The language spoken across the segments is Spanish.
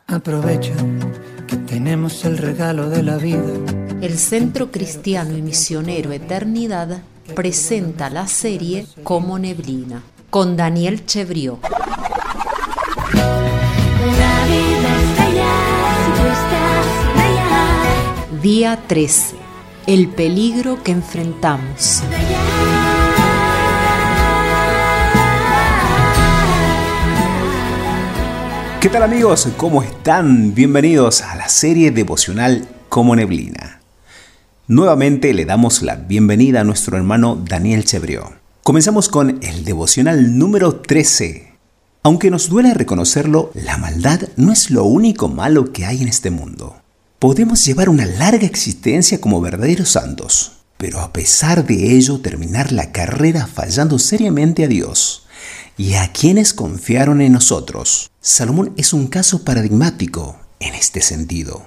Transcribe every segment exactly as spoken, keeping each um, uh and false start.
Aprovecha que tenemos el regalo de la vida. El Centro Cristiano y Misionero Eternidad presenta la serie Como Neblina, con Daniel Chebrió. La vida está allá, si tú estás allá. Día trece. El peligro que enfrentamos. ¿Qué tal, amigos? ¿Cómo están? Bienvenidos a la serie devocional Como Neblina. Nuevamente le damos la bienvenida a nuestro hermano Daniel Chebrió. Comenzamos con el devocional número trece. Aunque nos duele reconocerlo, la maldad no es lo único malo que hay en este mundo. Podemos llevar una larga existencia como verdaderos santos, pero a pesar de ello terminar la carrera fallando seriamente a Dios y a quienes confiaron en nosotros. Salomón es un caso paradigmático en este sentido.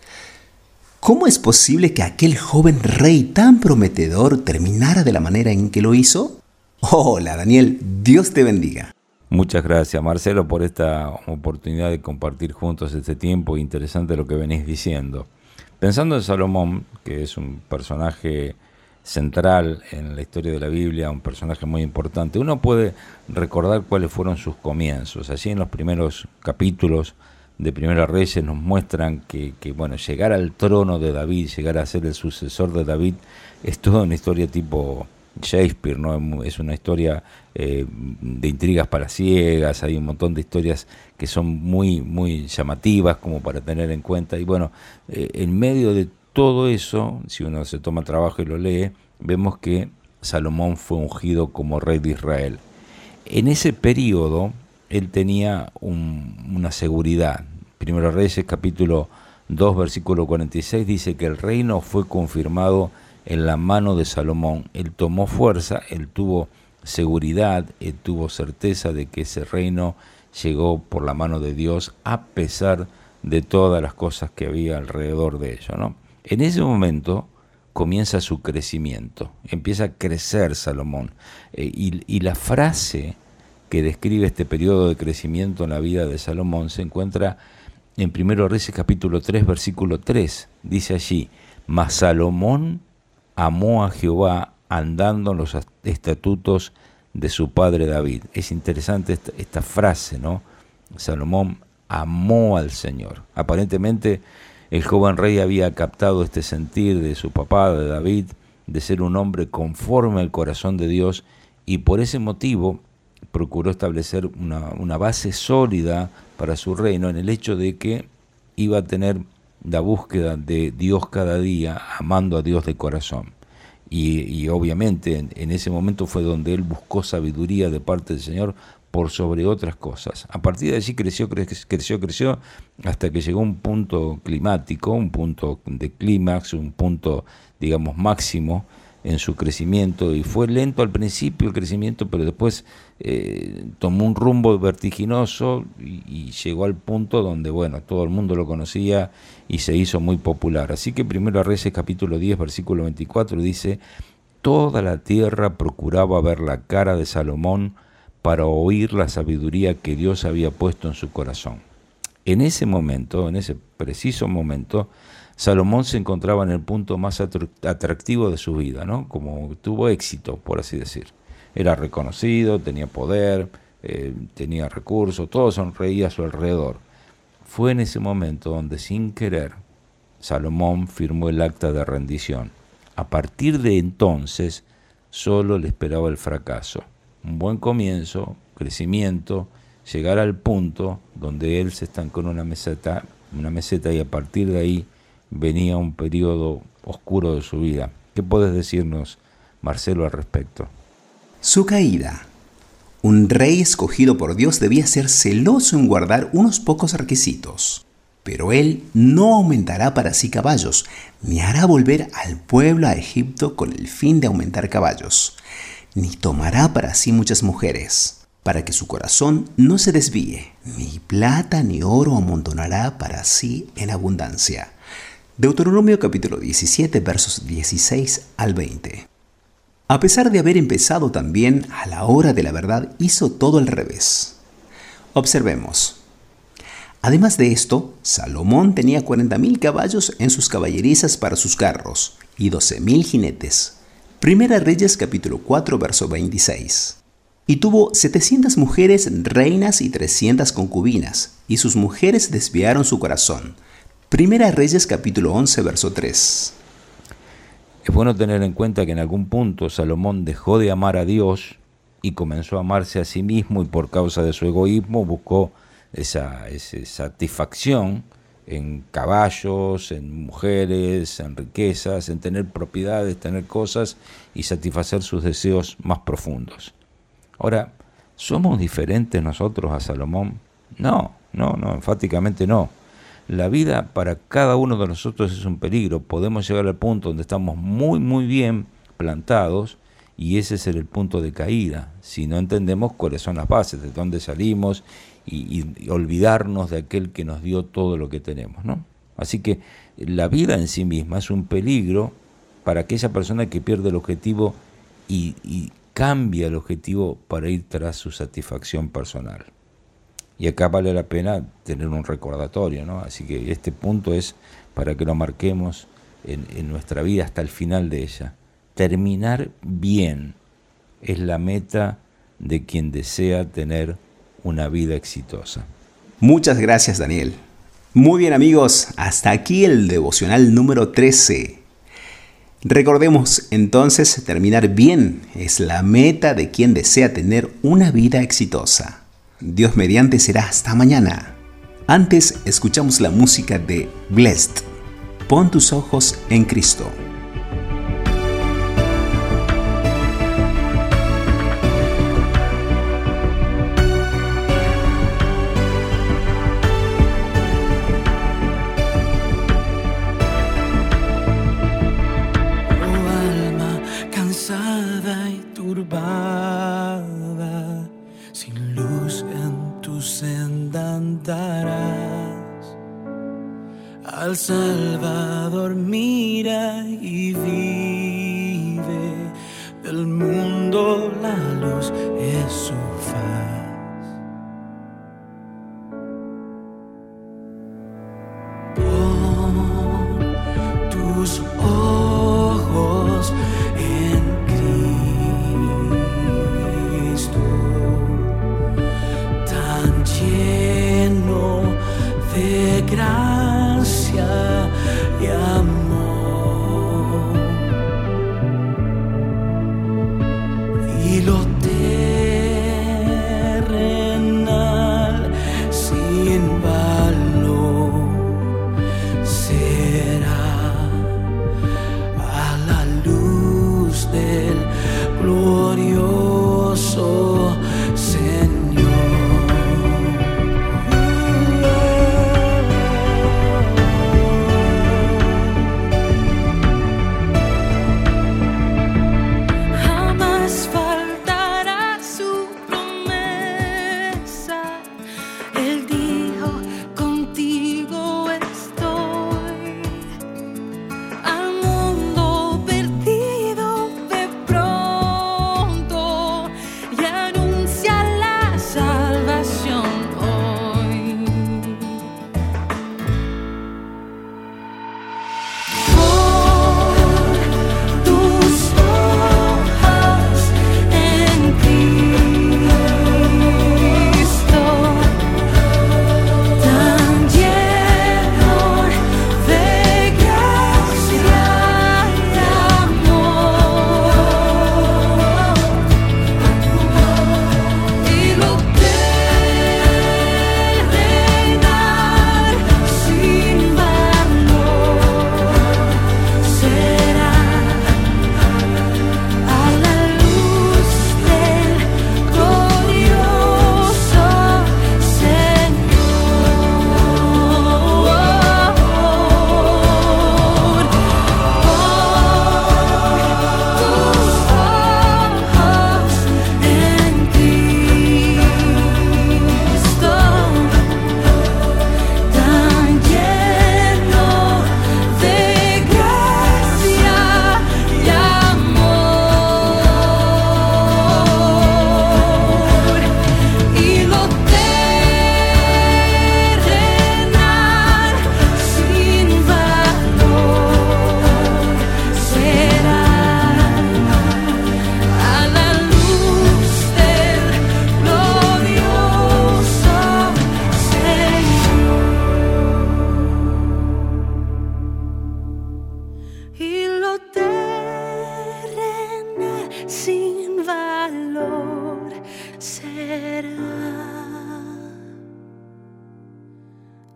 ¿Cómo es posible que aquel joven rey tan prometedor terminara de la manera en que lo hizo? Hola, Daniel, Dios te bendiga. Muchas gracias, Marcelo, por esta oportunidad de compartir juntos este tiempo. Interesante lo que venís diciendo. Pensando en Salomón, que es un personaje central en la historia de la Biblia, un personaje muy importante, uno puede recordar cuáles fueron sus comienzos. Allí en los primeros capítulos de Primera Reyes nos muestran que, que bueno, llegar al trono de David, llegar a ser el sucesor de David, es toda una historia tipo Shakespeare, ¿no? Es una historia eh, de intrigas palaciegas, hay un montón de historias que son muy, muy llamativas como para tener en cuenta, y bueno, eh, en medio de todo eso, si uno se toma trabajo y lo lee, vemos que Salomón fue ungido como rey de Israel. En ese periodo, él tenía un, una seguridad. Primero Reyes, capítulo dos, versículo cuarenta y seis, dice que el reino fue confirmado en la mano de Salomón. Él tomó fuerza, él tuvo seguridad, él tuvo certeza de que ese reino llegó por la mano de Dios, a pesar de todas las cosas que había alrededor de ello, ¿no? En ese momento comienza su crecimiento, empieza a crecer Salomón, eh, y, y la frase que describe este periodo de crecimiento en la vida de Salomón se encuentra en Primero Reyes capítulo tres, versículo tres, dice allí: mas Salomón amó a Jehová andando en los estatutos de su padre David. Es interesante esta, esta frase, ¿no? Salomón amó al Señor. Aparentemente el joven rey había captado este sentir de su papá, de David, de ser un hombre conforme al corazón de Dios, y por ese motivo procuró establecer una, una base sólida para su reino en el hecho de que iba a tener la búsqueda de Dios cada día, amando a Dios de corazón. Y, y obviamente en, en ese momento fue donde él buscó sabiduría de parte del Señor por sobre otras cosas. A partir de allí creció, creció, creció, creció, hasta que llegó a un punto climático, un punto de clímax, un punto, digamos, máximo en su crecimiento, y fue lento al principio el crecimiento, pero después eh, tomó un rumbo vertiginoso y, y llegó al punto donde, bueno, todo el mundo lo conocía y se hizo muy popular. Así que Primero Reyes capítulo diez, versículo veinticuatro dice: toda la tierra procuraba ver la cara de Salomón para oír la sabiduría que Dios había puesto en su corazón. En ese momento, en ese preciso momento, Salomón se encontraba en el punto más atractivo de su vida, ¿no? Como tuvo éxito, por así decir. Era reconocido, tenía poder, eh, tenía recursos, todo sonreía a su alrededor. Fue en ese momento donde, sin querer, Salomón firmó el acta de rendición. A partir de entonces, solo le esperaba el fracaso. Un buen comienzo, crecimiento, llegar al punto donde él se estancó en una meseta, una meseta, y a partir de ahí venía un periodo oscuro de su vida. ¿Qué puedes decirnos, Marcelo, al respecto? Su caída. Un rey escogido por Dios debía ser celoso en guardar unos pocos requisitos. Pero él no aumentará para sí caballos, ni hará volver al pueblo a Egipto con el fin de aumentar caballos, ni tomará para sí muchas mujeres, para que su corazón no se desvíe, ni plata ni oro amontonará para sí en abundancia. Deuteronomio capítulo diecisiete, versos dieciséis al veinte. A pesar de haber empezado tan bien, a la hora de la verdad hizo todo al revés. Observemos. Además de esto, Salomón tenía cuarenta mil caballos en sus caballerizas para sus carros y doce mil jinetes. Primera Reyes capítulo cuatro, verso veintiséis. Y tuvo setecientas mujeres reinas y trescientas concubinas, y sus mujeres desviaron su corazón. Primera Reyes capítulo once, verso tres. Es bueno tener en cuenta que en algún punto Salomón dejó de amar a Dios y comenzó a amarse a sí mismo, y por causa de su egoísmo buscó esa, esa satisfacción en caballos, en mujeres, en riquezas, en tener propiedades, tener cosas y satisfacer sus deseos más profundos. Ahora, ¿somos diferentes nosotros a Salomón? No, no, no, enfáticamente no. La vida para cada uno de nosotros es un peligro. Podemos llegar al punto donde estamos muy, muy bien plantados, y ese es el punto de caída, si no entendemos cuáles son las bases, de dónde salimos, y, y, y olvidarnos de aquel que nos dio todo lo que tenemos, ¿no? Así que la vida en sí misma es un peligro para aquella persona que pierde el objetivo y, y cambia el objetivo para ir tras su satisfacción personal. Y acá vale la pena tener un recordatorio, ¿no? Así que este punto es para que lo marquemos en, en nuestra vida hasta el final de ella. Terminar bien es la meta de quien desea tener una vida exitosa. Muchas gracias, Daniel. Muy bien, amigos, hasta aquí el devocional número trece. Recordemos entonces, terminar bien es la meta de quien desea tener una vida exitosa. Dios mediante será hasta mañana. Antes escuchamos la música de Blessed. Pon tus ojos en Cristo. Sin luz en tu senda andarás. Al Salvador mira y vive. Del mundo la luz es su faz. Pon tus ojos en Cristo, tan lleno de gracia y amor, y lo terrenal sin valor será a la luz del glorioso Señor.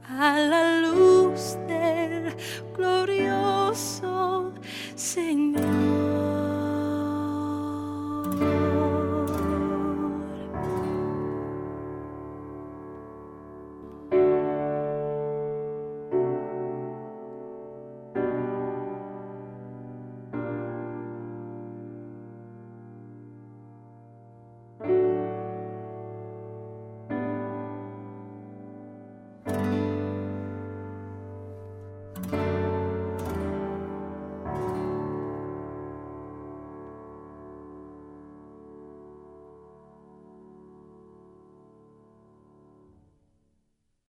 a la luz del glorioso Señor.